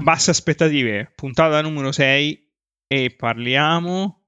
Basse aspettative, puntata numero 6 e parliamo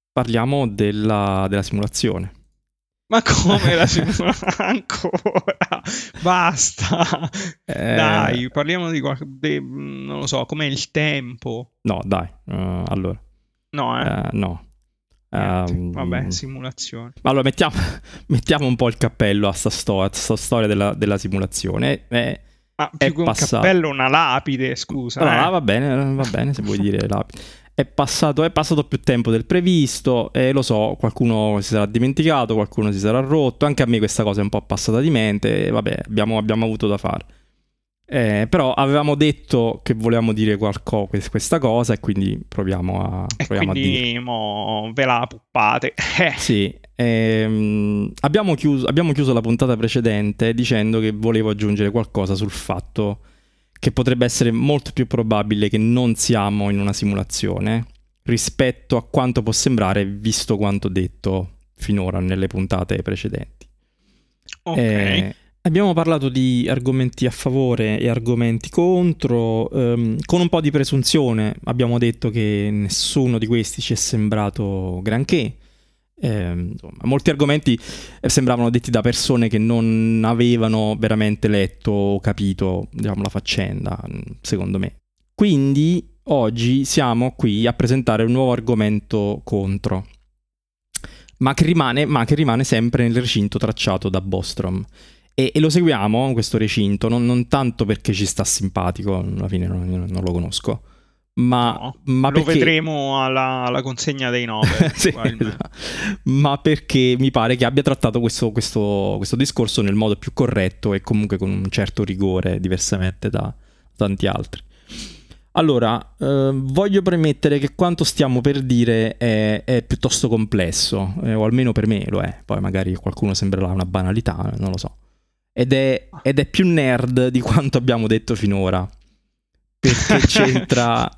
della simulazione. Ma come la simulazione? Ancora? Basta! Dai, parliamo di qualche... non lo so, com'è il tempo? No, dai, allora. No, No. Vabbè, simulazione. Allora, mettiamo un po' il cappello a sta storia della simulazione. Ma più che un cappello, una lapide, scusa. No, va bene, se vuoi dire lapide. È passato più tempo del previsto e lo so, qualcuno si sarà dimenticato, qualcuno si sarà rotto, anche a me questa cosa è un po' passata di mente e vabbè, abbiamo avuto da fare. Però avevamo detto che volevamo dire questa cosa e quindi proviamo a dire. Mo ve la puppate. Sì, abbiamo chiuso la puntata precedente dicendo che volevo aggiungere qualcosa sul fatto che potrebbe essere molto più probabile che non siamo in una simulazione rispetto a quanto può sembrare visto quanto detto finora nelle puntate precedenti. Ok. Abbiamo parlato di argomenti a favore e argomenti contro, con un po' di presunzione abbiamo detto che nessuno di questi ci è sembrato granché. Insomma, molti argomenti sembravano detti da persone che non avevano veramente letto o capito, diciamo, la faccenda, secondo me. Quindi oggi siamo qui a presentare un nuovo argomento contro, ma che rimane sempre nel recinto tracciato da Bostrom. E lo seguiamo, questo recinto, non tanto perché ci sta simpatico, alla fine non lo conosco, ma lo perché... vedremo alla consegna dei Nobel. Sì, esatto. Ma perché mi pare che abbia trattato questo discorso nel modo più corretto e comunque con un certo rigore, diversamente da tanti altri. Allora, voglio premettere che quanto stiamo per dire è piuttosto complesso, o almeno per me lo è, poi magari qualcuno sembrerà una banalità, non lo so. Ed è più nerd di quanto abbiamo detto finora. Perché c'entra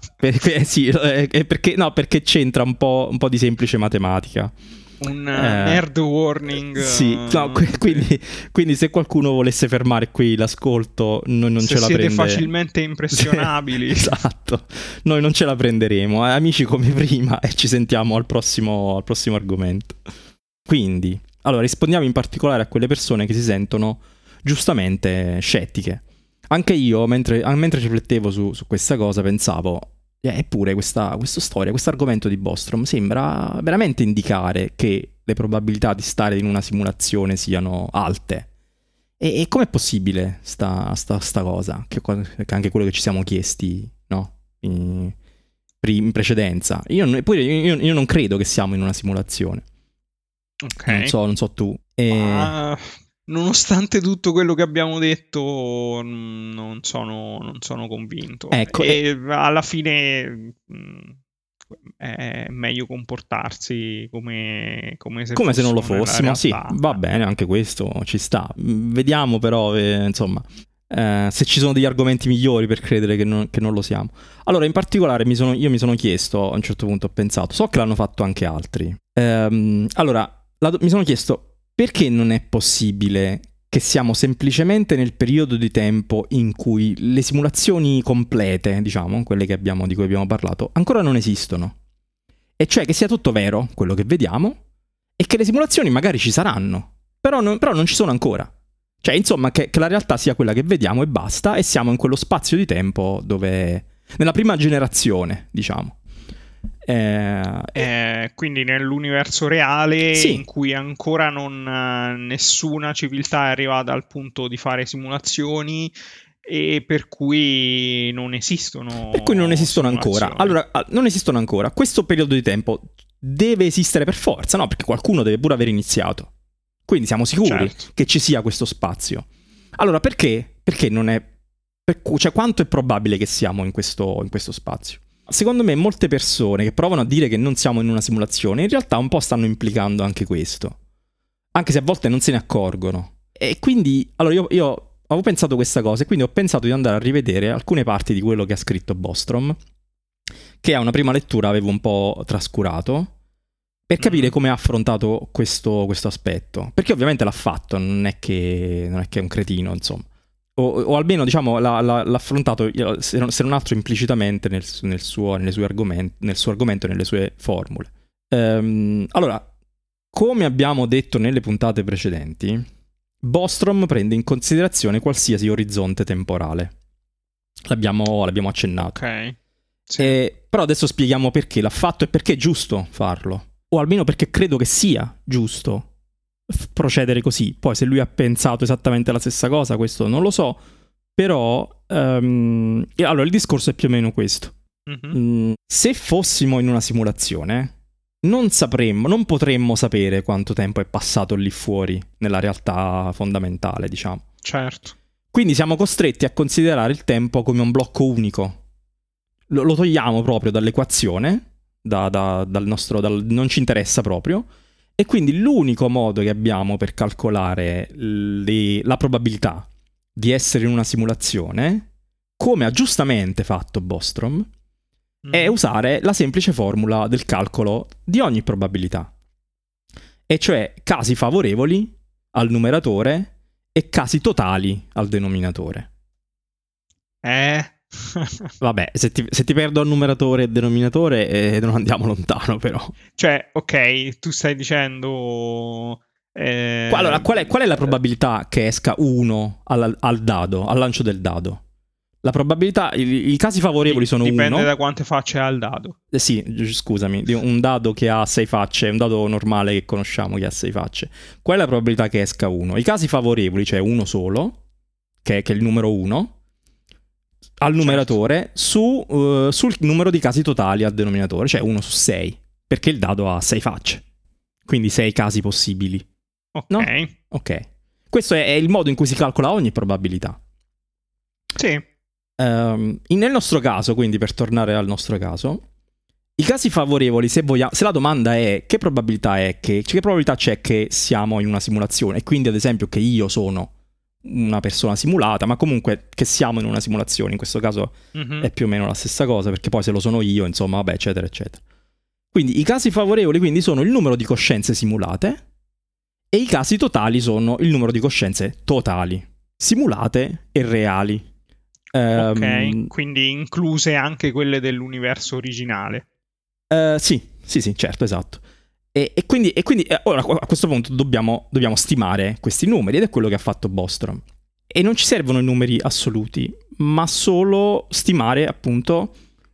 perché c'entra un po' di semplice matematica. Un nerd warning. Sì, no, quindi se qualcuno volesse fermare qui l'ascolto, noi non ce la siete prende. Facilmente impressionabili. Esatto, noi non ce la prenderemo, amici come prima, e ci sentiamo al prossimo argomento. Quindi, allora, rispondiamo in particolare a quelle persone che si sentono giustamente scettiche. Anche io, mentre riflettevo su questa cosa, pensavo, eppure questa storia, questo argomento di Bostrom sembra veramente indicare che le probabilità di stare in una simulazione siano alte. E com'è possibile sta cosa? Che anche quello che ci siamo chiesti, no? In precedenza. Io non credo che siamo in una simulazione. Ok. Non so tu. Nonostante tutto quello che abbiamo detto, non sono convinto. Ecco, e alla fine è meglio comportarsi come se non lo fossimo. Sì, va bene, anche questo ci sta. Vediamo però, insomma, se ci sono degli argomenti migliori per credere che non lo siamo. Allora, in particolare io mi sono chiesto, a un certo punto ho pensato, so che l'hanno fatto anche altri. Allora, mi sono chiesto, perché non è possibile che siamo semplicemente nel periodo di tempo in cui le simulazioni complete, diciamo, quelle di cui abbiamo parlato, ancora non esistono? E cioè che sia tutto vero, quello che vediamo, e che le simulazioni magari ci saranno, però non ci sono ancora. Cioè, insomma, che la realtà sia quella che vediamo e basta, e siamo in quello spazio di tempo dove... nella prima generazione, diciamo. Quindi nell'universo reale, sì, in cui ancora nessuna civiltà è arrivata al punto di fare simulazioni e per cui non esistono ancora. Allora, non esistono ancora. Questo periodo di tempo deve esistere per forza, no? Perché qualcuno deve pure aver iniziato. Quindi siamo sicuri che ci sia questo spazio. Allora, perché non è... cioè, quanto è probabile che siamo in questo spazio? Secondo me molte persone che provano a dire che non siamo in una simulazione in realtà un po' stanno implicando anche questo, anche se a volte non se ne accorgono. E quindi, allora io avevo pensato questa cosa e quindi ho pensato di andare a rivedere alcune parti di quello che ha scritto Bostrom, che a una prima lettura avevo un po' trascurato, per capire come ha affrontato questo aspetto. Perché ovviamente l'ha fatto, non è che è un cretino, insomma. o almeno diciamo l'ha affrontato, se non altro implicitamente nel suo argomento, nelle sue formule. Allora, come abbiamo detto nelle puntate precedenti, Bostrom prende in considerazione qualsiasi orizzonte temporale. L'abbiamo accennato. Ok. Sì. Però adesso spieghiamo perché l'ha fatto e perché è giusto farlo. O almeno perché credo che sia giusto procedere così. Poi se lui ha pensato esattamente la stessa cosa, questo non lo so. Però, allora il discorso è più o meno questo. Se fossimo in una simulazione, non potremmo sapere quanto tempo è passato lì fuori, nella realtà fondamentale, diciamo. Certo. Quindi siamo costretti a considerare il tempo come un blocco unico. Lo togliamo proprio dall'equazione, non ci interessa proprio, e quindi l'unico modo che abbiamo per calcolare la probabilità di essere in una simulazione, come ha giustamente fatto Bostrom, è usare la semplice formula del calcolo di ogni probabilità, e cioè casi favorevoli al numeratore e casi totali al denominatore. Vabbè, se ti perdo al numeratore e denominatore non andiamo lontano, però. Cioè, ok, tu stai dicendo... Allora, qual è la probabilità che esca 1 al dado, al lancio del dado? La probabilità, i casi favorevoli sono 1. Dipende da quante facce ha il dado. Sì, scusami, un dado che ha 6 facce, un dado normale che conosciamo che ha 6 facce. Qual è la probabilità che esca 1? I casi favorevoli, cioè uno solo, che è il numero 1, al numeratore, sul numero di casi totali al denominatore, cioè 1 su 6, perché il dado ha 6 facce, quindi 6 casi possibili. Ok. No? Ok. Questo è il modo in cui si calcola ogni probabilità. Sì. Nel nostro caso, quindi per tornare al nostro caso, i casi favorevoli, se la domanda è che probabilità c'è che siamo in una simulazione, e quindi ad esempio che io sono una persona simulata, ma comunque che siamo in una simulazione, in questo caso è più o meno la stessa cosa, perché poi se lo sono io, insomma, vabbè, eccetera, eccetera. Quindi i casi favorevoli quindi sono il numero di coscienze simulate, e i casi totali sono il numero di coscienze totali, simulate e reali. Ok, quindi incluse anche quelle dell'universo originale. Sì, certo, esatto. E quindi ora a questo punto dobbiamo stimare questi numeri, ed è quello che ha fatto Bostrom. E non ci servono i numeri assoluti, ma solo stimare appunto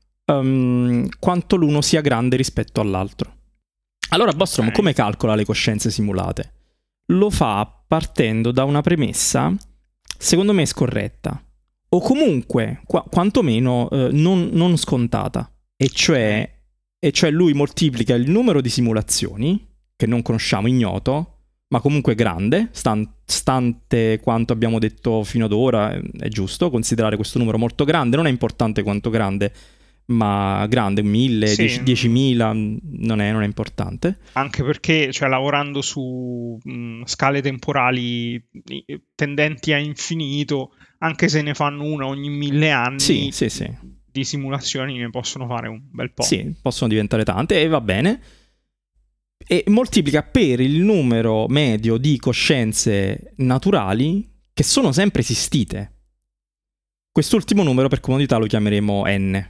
quanto l'uno sia grande rispetto all'altro. Allora Bostrom come calcola le coscienze simulate? Lo fa partendo da una premessa, secondo me scorretta, o comunque quantomeno non scontata, e cioè lui moltiplica il numero di simulazioni, che non conosciamo, ignoto, ma comunque grande, stante quanto abbiamo detto fino ad ora, è giusto considerare questo numero molto grande, non è importante quanto grande, ma grande, 1000, sì, 10.000, non è importante. Anche perché, cioè, lavorando su scale temporali tendenti a infinito, anche se ne fanno una ogni 1000 anni, sì. di simulazioni ne possono fare un bel po'. Sì, possono diventare tante, e va bene. E moltiplica per il numero medio di coscienze naturali che sono sempre esistite. Quest'ultimo numero per comodità lo chiameremo n.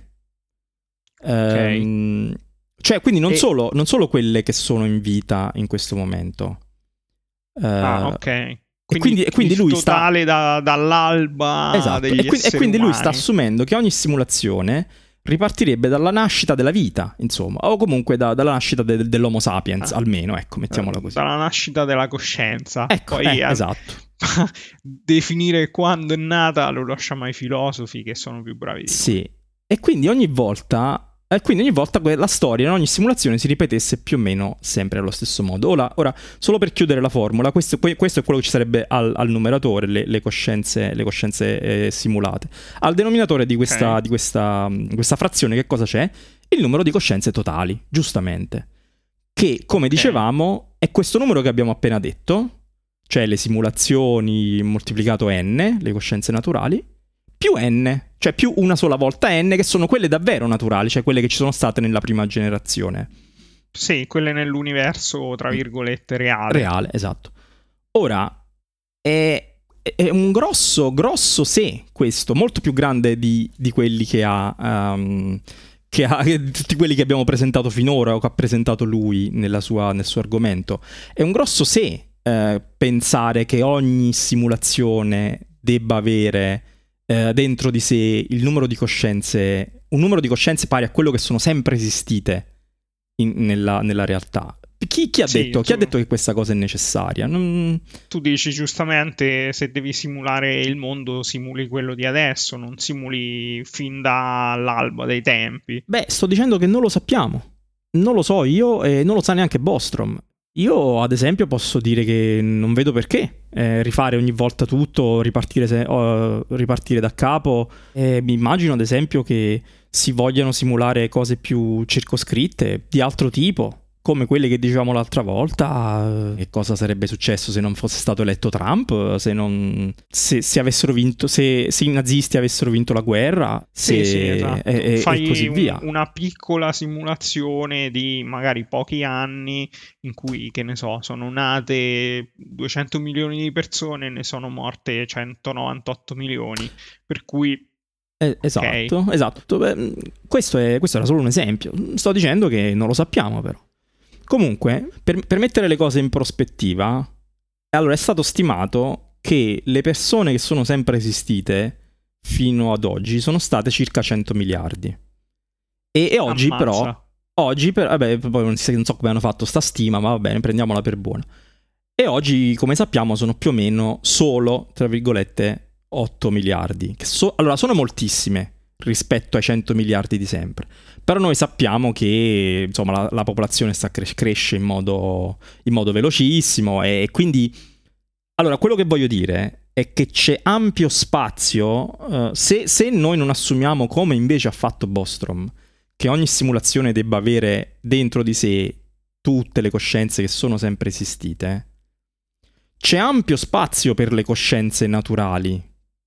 Okay. Cioè, quindi non solo quelle che sono in vita in questo momento. Ok. Quindi lui totale dall'alba, esatto, degli esseri e quindi umani. lui sta assumendo che ogni simulazione ripartirebbe dalla nascita della vita, insomma, o comunque dalla nascita dell'Homo sapiens, almeno, ecco, mettiamola così. Dalla nascita della coscienza. Ecco, poi, esatto. Definire quando è nata lo lasciamo ai filosofi, che sono più bravi di noi. Sì, e quindi ogni volta la storia in ogni simulazione si ripetesse più o meno sempre allo stesso modo. Ora solo per chiudere la formula, questo è quello che ci sarebbe al numeratore, le coscienze simulate. Al denominatore di questa frazione che cosa c'è? Il numero di coscienze totali, giustamente, che, come dicevamo, è questo numero che abbiamo appena detto, cioè le simulazioni moltiplicato n, le coscienze naturali, più n, cioè più una sola volta n, che sono quelle davvero naturali, cioè quelle che ci sono state nella prima generazione. Sì, quelle nell'universo, tra virgolette, reale. Reale, esatto. Ora, è è un grosso se, questo, molto più grande di quelli che ha tutti quelli che abbiamo presentato finora o che ha presentato lui nel suo argomento. È un grosso se pensare che ogni simulazione debba avere dentro di sé un numero di coscienze pari a quello che sono sempre esistite nella realtà. Chi ha detto che questa cosa è necessaria? Tu dici giustamente, se devi simulare il mondo, simuli quello di adesso, non simuli fin dall'alba dei tempi. Beh, sto dicendo che non lo sappiamo. Non lo so io e non lo sa neanche Bostrom. Io, ad esempio, posso dire che non vedo perché rifare ogni volta tutto, ripartire da capo. Mi immagino, ad esempio, che si vogliano simulare cose più circoscritte, di altro tipo, come quelle che dicevamo l'altra volta. Che cosa sarebbe successo se non fosse stato eletto Trump, se avessero vinto, se i nazisti avessero vinto la guerra, esatto. Fai e così via. Una piccola simulazione di magari pochi anni in cui, che ne so, sono nate 200 milioni di persone e ne sono morte 198 milioni, per cui esatto. Beh, questo era solo un esempio. Sto dicendo che non lo sappiamo, però. Comunque, per mettere le cose in prospettiva, allora è stato stimato che le persone che sono sempre esistite fino ad oggi sono state circa 100 miliardi. E oggi vabbè, poi non so come hanno fatto sta stima, ma va bene, prendiamola per buona. E oggi, come sappiamo, sono più o meno solo, tra virgolette, 8 miliardi. Allora, sono moltissime rispetto ai 100 miliardi di sempre. Però noi sappiamo che insomma la popolazione cresce in modo velocissimo e quindi allora quello che voglio dire è che c'è ampio spazio se noi non assumiamo, come invece ha fatto Bostrom, che ogni simulazione debba avere dentro di sé tutte le coscienze che sono sempre esistite. C'è ampio spazio per le coscienze naturali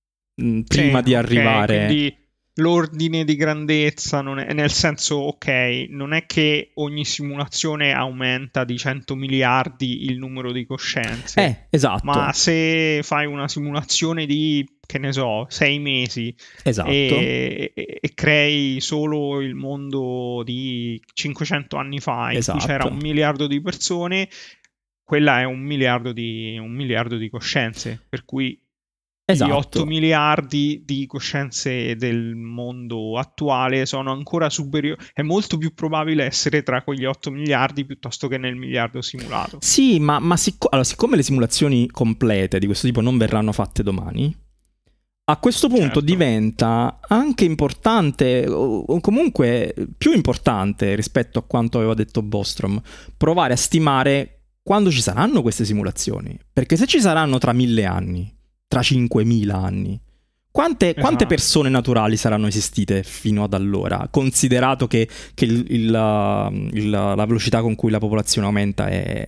prima di arrivare. Quindi l'ordine di grandezza non è, nel senso, non è che ogni simulazione aumenta di 100 miliardi il numero di coscienze. Esatto. Ma se fai una simulazione di, che ne so, 6 mesi, esatto, e crei solo il mondo di 500 anni fa, in cui c'era 1 miliardo di persone, quella è 1 miliardo di coscienze, per cui gli 8 miliardi di coscienze del mondo attuale sono ancora superiori. È molto più probabile essere tra quegli 8 miliardi piuttosto che nel miliardo simulato. Sì, ma siccome le simulazioni complete di questo tipo non verranno fatte domani, a questo punto diventa anche importante, o comunque più importante rispetto a quanto aveva detto Bostrom, provare a stimare quando ci saranno queste simulazioni. Perché se ci saranno tra 1000 anni, tra 5.000 anni, quante persone naturali saranno esistite fino ad allora, considerato che la velocità con cui la popolazione aumenta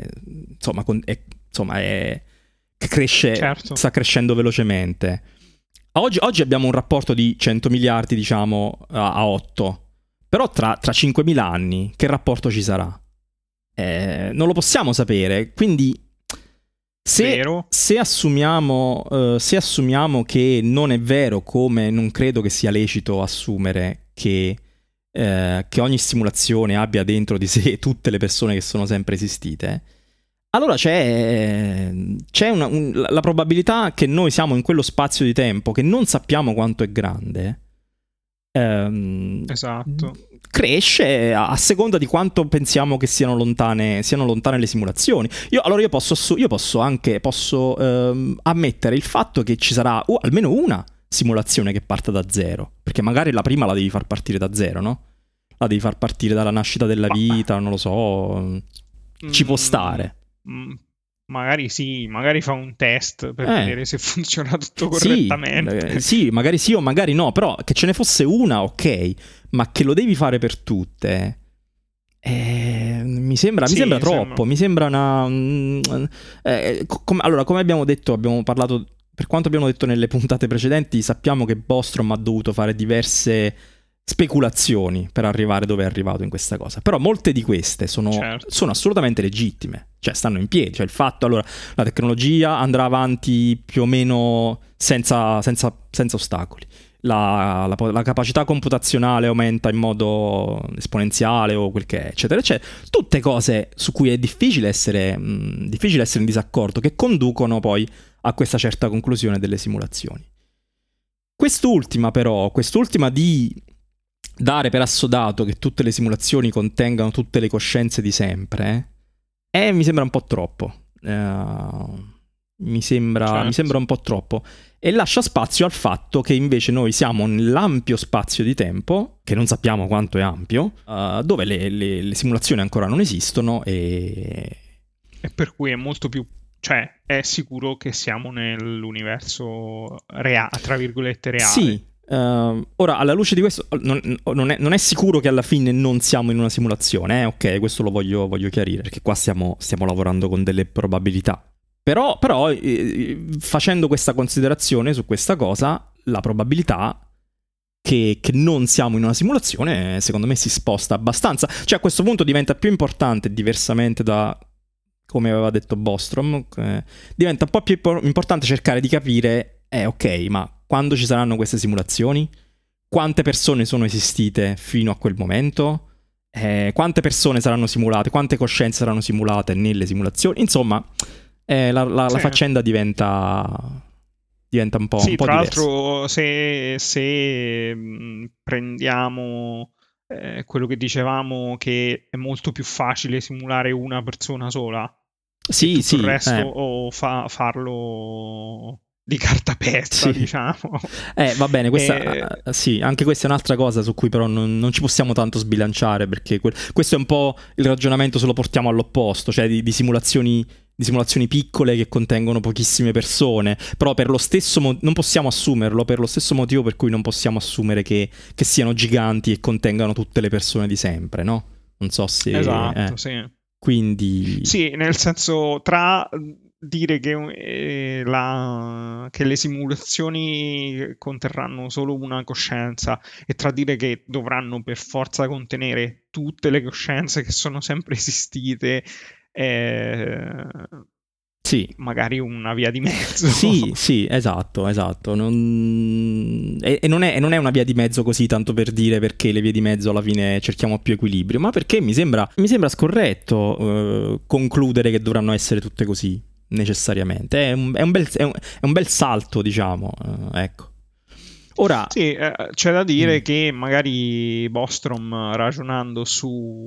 cresce, sta crescendo velocemente. Oggi abbiamo un rapporto di 100 miliardi, diciamo, a 8, però tra 5.000 anni che rapporto ci sarà? Non lo possiamo sapere, quindi se assumiamo che non è vero, come non credo che sia lecito assumere che ogni simulazione abbia dentro di sé tutte le persone che sono sempre esistite, allora c'è la probabilità che noi siamo in quello spazio di tempo che non sappiamo quanto è grande. Esatto. Cresce a seconda di quanto pensiamo che siano lontane le simulazioni. Io posso ammettere il fatto che ci sarà almeno una simulazione che parta da zero, perché magari la prima la devi far partire da zero, no? La devi far partire dalla nascita della vita, non lo so, ci può stare. Magari sì, magari fa un test per vedere se funziona tutto correttamente. Sì, magari sì o magari no, però che ce ne fosse una, ok, ma che lo devi fare per tutte, mi sembra troppo, mi sembra una... allora, come abbiamo detto, abbiamo parlato, per quanto abbiamo detto nelle puntate precedenti, sappiamo che Bostrom ha dovuto fare diverse speculazioni per arrivare dove è arrivato in questa cosa, però molte di queste sono assolutamente legittime. cioè stanno in piedi, cioè il fatto, allora, la tecnologia andrà avanti più o meno senza ostacoli. La capacità computazionale aumenta in modo esponenziale o quel che è, eccetera, eccetera. Tutte cose su cui è difficile essere in disaccordo, che conducono poi a questa certa conclusione delle simulazioni. Quest'ultima di dare per assodato che tutte le simulazioni contengano tutte le coscienze di sempre, mi sembra un po' troppo. Mi sembra un po' troppo. E lascia spazio al fatto che invece noi siamo nell'ampio spazio di tempo, che non sappiamo quanto è ampio, dove le simulazioni ancora non esistono e per cui è molto più... Cioè, è sicuro che siamo nell'universo reale, tra virgolette reale. Sì. Ora, alla luce di questo, non è sicuro che alla fine non siamo in una simulazione, ok? Questo lo voglio chiarire, perché qua stiamo lavorando con delle probabilità. Però facendo questa considerazione su questa cosa, la probabilità che non siamo in una simulazione, secondo me, si sposta abbastanza. Cioè, a questo punto diventa più importante, diversamente da come aveva detto Bostrom, diventa un po' più importante cercare di capire, ok, ma quando ci saranno queste simulazioni? Quante persone sono esistite fino a quel momento? Quante persone saranno simulate? Quante coscienze saranno simulate nelle simulazioni? Insomma... La faccenda diventa un po', sì, un po' tra diversa. l'altro se prendiamo quello che dicevamo, che è molto più facile simulare una persona sola, sì, tutto il resto o farlo di cartapesta, diciamo. Va bene, questa, sì, anche questa è un'altra cosa su cui però non ci possiamo tanto sbilanciare, perché questo è un po' il ragionamento, se lo portiamo all'opposto, cioè di simulazioni piccole che contengono pochissime persone, però per lo stesso non possiamo assumerlo, per lo stesso motivo per cui non possiamo assumere che siano giganti e contengano tutte le persone di sempre, no? Non so se... Esatto, sì. Quindi... Sì, nel senso, tra dire che le simulazioni conterranno solo una coscienza e tra dire che dovranno per forza contenere tutte le coscienze che sono sempre esistite, sì, magari una via di mezzo. Sì, esatto. E non è una via di mezzo così tanto per dire, perché le vie di mezzo alla fine cerchiamo più equilibrio, ma perché mi sembra scorretto concludere che dovranno essere tutte così necessariamente. È un bel salto, diciamo, ecco. Ora, sì, c'è da dire che magari Bostrom, ragionando su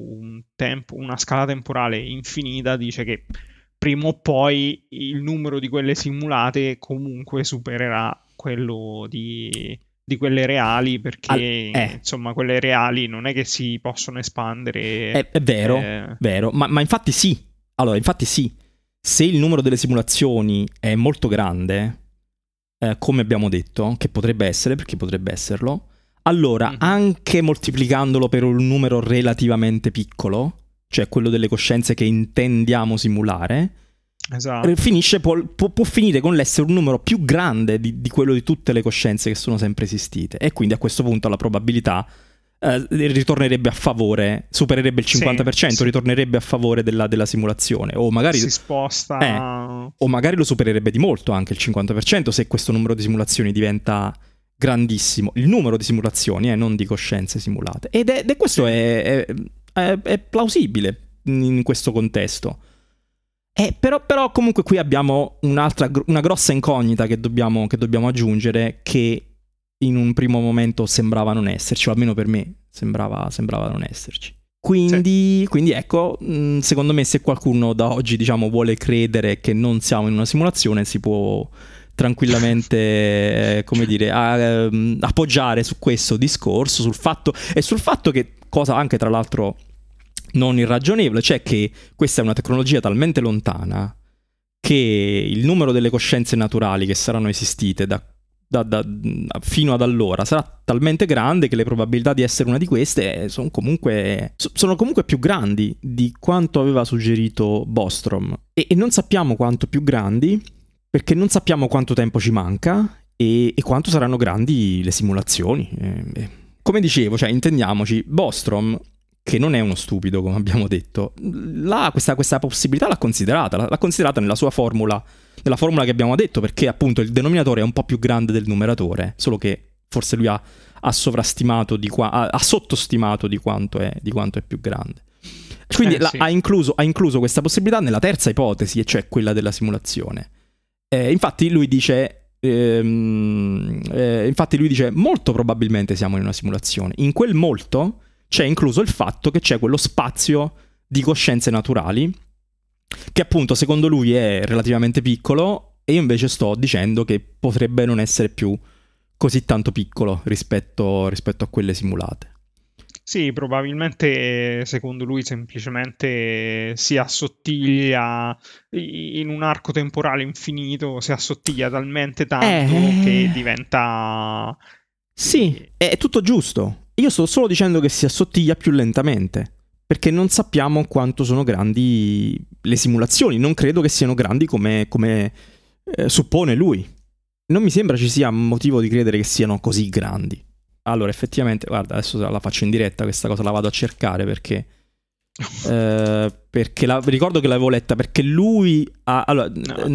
una scala temporale infinita, dice che prima o poi il numero di quelle simulate comunque supererà quello di quelle reali, perché insomma quelle reali non è che si possono espandere. È vero, ma infatti sì. Allora, infatti sì. Se il numero delle simulazioni è molto grande, come abbiamo detto, che potrebbe essere, perché potrebbe esserlo, allora anche moltiplicandolo per un numero relativamente piccolo, cioè quello delle coscienze che intendiamo simulare, esatto, può finire con l'essere un numero più grande di quello di tutte le coscienze che sono sempre esistite, e quindi a questo punto la probabilità ritornerebbe a favore, supererebbe il 50%, sì. Ritornerebbe a favore della simulazione, o magari si sposta, o magari lo supererebbe di molto anche il 50%, se questo numero di simulazioni diventa grandissimo, il numero di simulazioni, non di coscienze simulate, ed è questo è plausibile in questo contesto. Però comunque qui abbiamo una grossa incognita che dobbiamo aggiungere, che in un primo momento sembrava non esserci, o almeno per me sembrava non esserci. Quindi ecco, secondo me, se qualcuno da oggi, diciamo, vuole credere che non siamo in una simulazione, si può tranquillamente come dire, appoggiare su questo discorso, sul fatto che, cosa anche tra l'altro non irragionevole, cioè che questa è una tecnologia talmente lontana che il numero delle coscienze naturali che saranno esistite fino ad allora sarà talmente grande che le probabilità di essere una di queste sono comunque più grandi di quanto aveva suggerito Bostrom, e non sappiamo quanto più grandi, perché non sappiamo quanto tempo ci manca e quanto saranno grandi le simulazioni. Come dicevo, cioè, intendiamoci, Bostrom che non è uno stupido, come abbiamo detto, questa possibilità l'ha considerata nella sua formula, nella formula che abbiamo detto, perché appunto il denominatore è un po' più grande del numeratore, solo che forse lui ha sovrastimato, ha sottostimato di quanto è più grande. Quindi sì. ha incluso questa possibilità nella terza ipotesi, e cioè quella della simulazione. Infatti lui dice molto probabilmente siamo in una simulazione. In quel molto c'è incluso il fatto che c'è quello spazio di coscienze naturali che appunto secondo lui è relativamente piccolo, e io invece sto dicendo che potrebbe non essere più così tanto piccolo rispetto a quelle simulate. Sì, probabilmente secondo lui semplicemente si assottiglia in un arco temporale infinito, si assottiglia talmente tanto che diventa... Sì, è tutto giusto. Io sto solo dicendo che si assottiglia più lentamente, perché non sappiamo quanto sono grandi le simulazioni. Non credo che siano grandi come suppone lui. Non mi sembra ci sia motivo di credere che siano così grandi. Allora, effettivamente, guarda, adesso la faccio in diretta, questa cosa la vado a cercare perché ricordo che l'avevo letta, perché lui allora,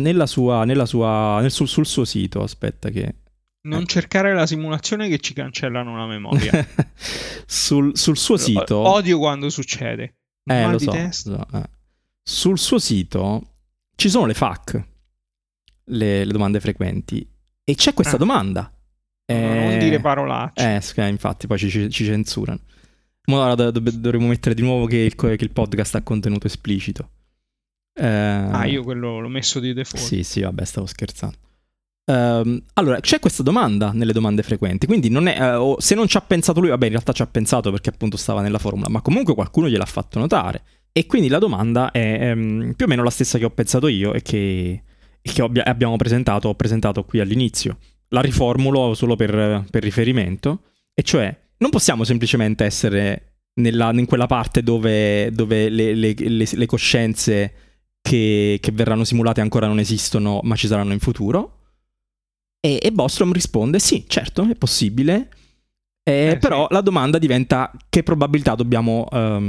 sul suo sito, aspetta che... Non cercare la simulazione che ci cancellano la memoria. sul suo sito... Odio quando succede. Lo so. Sul suo sito ci sono le FAQ, le domande frequenti, e c'è questa domanda. Non dire parolacce. Infatti poi ci censurano. Ora dovremmo mettere di nuovo che il podcast ha contenuto esplicito. Io quello l'ho messo di default. Sì, vabbè, stavo scherzando. Allora, c'è questa domanda nelle domande frequenti, quindi non è, se non ci ha pensato lui, vabbè, in realtà ci ha pensato perché appunto stava nella formula, ma comunque qualcuno gliel'ha fatto notare. E quindi la domanda è più o meno la stessa che ho pensato io e che ho presentato qui all'inizio. La riformulo solo per riferimento, e cioè non possiamo semplicemente essere in quella parte dove le coscienze che verranno simulate ancora non esistono, ma ci saranno in futuro. E Bostrom risponde sì, certo, è possibile, però sì. La domanda diventa che probabilità dobbiamo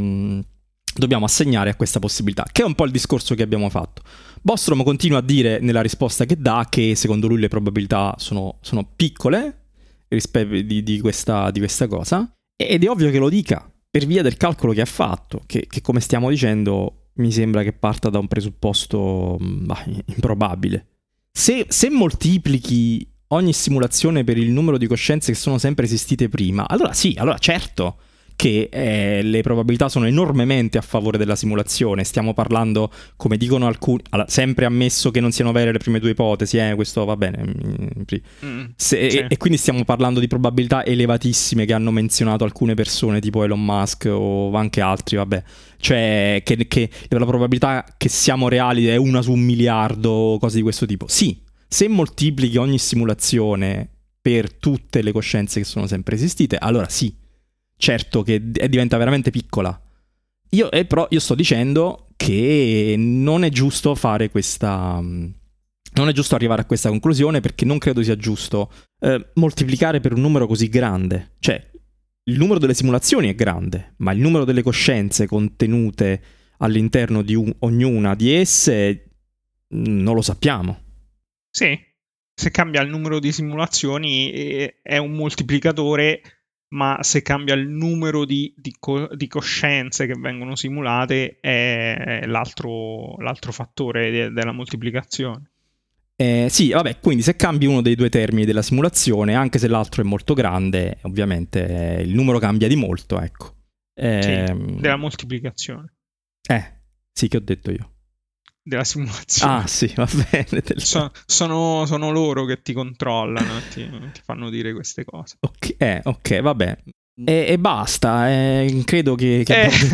assegnare a questa possibilità, che è un po' il discorso che abbiamo fatto. Bostrom continua a dire nella risposta che dà che secondo lui le probabilità sono piccole rispetto di questa cosa, ed è ovvio che lo dica per via del calcolo che ha fatto, che come stiamo dicendo mi sembra che parta da un presupposto improbabile. Se moltiplichi ogni simulazione per il numero di coscienze che sono sempre esistite prima, allora certo che le probabilità sono enormemente a favore della simulazione. Stiamo parlando, come dicono alcuni, sempre ammesso che non siano vere le prime due ipotesi, questo va bene. Sì. E quindi stiamo parlando di probabilità elevatissime che hanno menzionato alcune persone tipo Elon Musk o anche altri, vabbè. Cioè che la probabilità che siamo reali è 1 su 1 miliardo, cose di questo tipo. Sì, se moltiplichi ogni simulazione per tutte le coscienze che sono sempre esistite, allora sì, certo che diventa veramente piccola. Però io sto dicendo che non è giusto fare questa... Non è giusto arrivare a questa conclusione, perché non credo sia giusto moltiplicare per un numero così grande. Cioè, il numero delle simulazioni è grande, ma il numero delle coscienze contenute all'interno di ognuna di esse non lo sappiamo. Sì, se cambia il numero di simulazioni è un moltiplicatore, ma se cambia il numero di coscienze che vengono simulate è l'altro fattore della moltiplicazione. Sì, vabbè, quindi se cambi uno dei due termini della simulazione, anche se l'altro è molto grande, ovviamente il numero cambia di molto, ecco. Sì, della moltiplicazione. Sì, che ho detto io. Della simulazione. Sì, va bene. Sono loro che ti controllano, ti fanno dire queste cose. Ok, vabbè. E basta, credo che abbiamo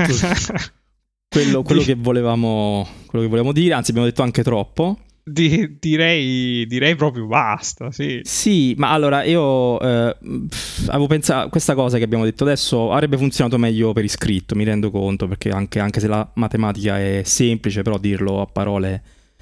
detto quello che volevamo dire, anzi abbiamo detto anche troppo. Direi proprio basta, sì. Sì, ma allora io avevo pensato, questa cosa che abbiamo detto adesso avrebbe funzionato meglio per iscritto, mi rendo conto, perché anche se la matematica è semplice, però dirlo a parole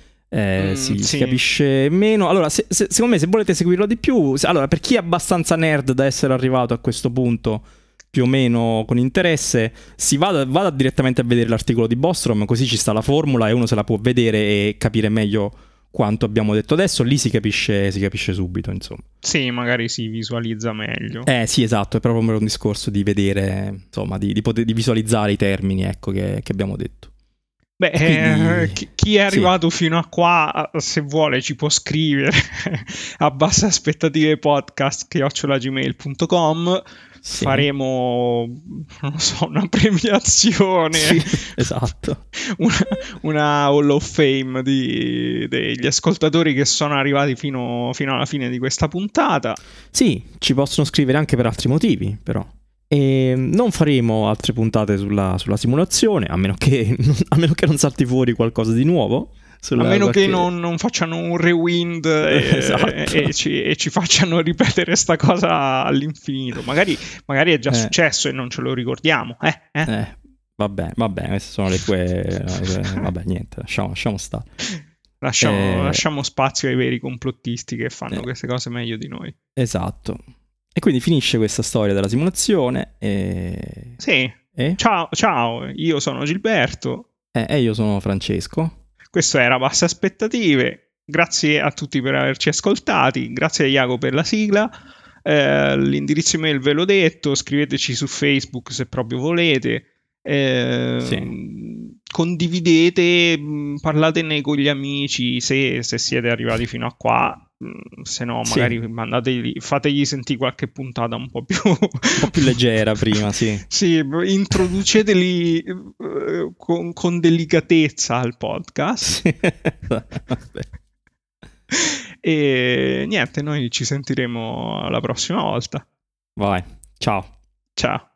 si capisce meno. Allora, secondo me, se volete seguirlo di più, allora, per chi è abbastanza nerd da essere arrivato a questo punto, più o meno con interesse, vada direttamente a vedere l'articolo di Bostrom, così ci sta la formula e uno se la può vedere e capire meglio quanto abbiamo detto adesso. Lì si capisce subito, insomma. Sì, magari si visualizza meglio. Sì, esatto, è proprio un discorso di vedere, insomma, di visualizzare i termini, ecco, che abbiamo detto. Beh, quindi, chi è arrivato fino a qua, se vuole, ci può scrivere a basseaspettativepodcast@gmail.com. Sì. Faremo, non so, una premiazione, sì, esatto, una Hall of Fame degli ascoltatori che sono arrivati fino alla fine di questa puntata. Sì, ci possono scrivere anche per altri motivi, però. E non faremo altre puntate sulla simulazione, a meno che non salti fuori qualcosa di nuovo. A meno che non facciano un rewind esatto. e ci facciano ripetere sta cosa all'infinito. Magari è già successo e non ce lo ricordiamo. Vabbè, queste sono le tue... vabbè, niente, lasciamo stare. Lasciamo spazio ai veri complottisti che fanno queste cose meglio di noi. Esatto. E quindi finisce questa storia della simulazione Sì. Ciao, io sono Gilberto. E io sono Francesco. Questo era Basse Aspettative. Grazie a tutti per averci ascoltati. Grazie a Iago per la sigla. L'indirizzo email ve l'ho detto. Scriveteci su Facebook se proprio volete. Sì. Condividete, parlatene con gli amici se siete arrivati fino a qua. Se no, magari fategli sentire qualche puntata un po' più leggera prima, sì. Sì, introduceteli con delicatezza al podcast. Sì. E niente, noi ci sentiremo la prossima volta. Vai, ciao. Ciao.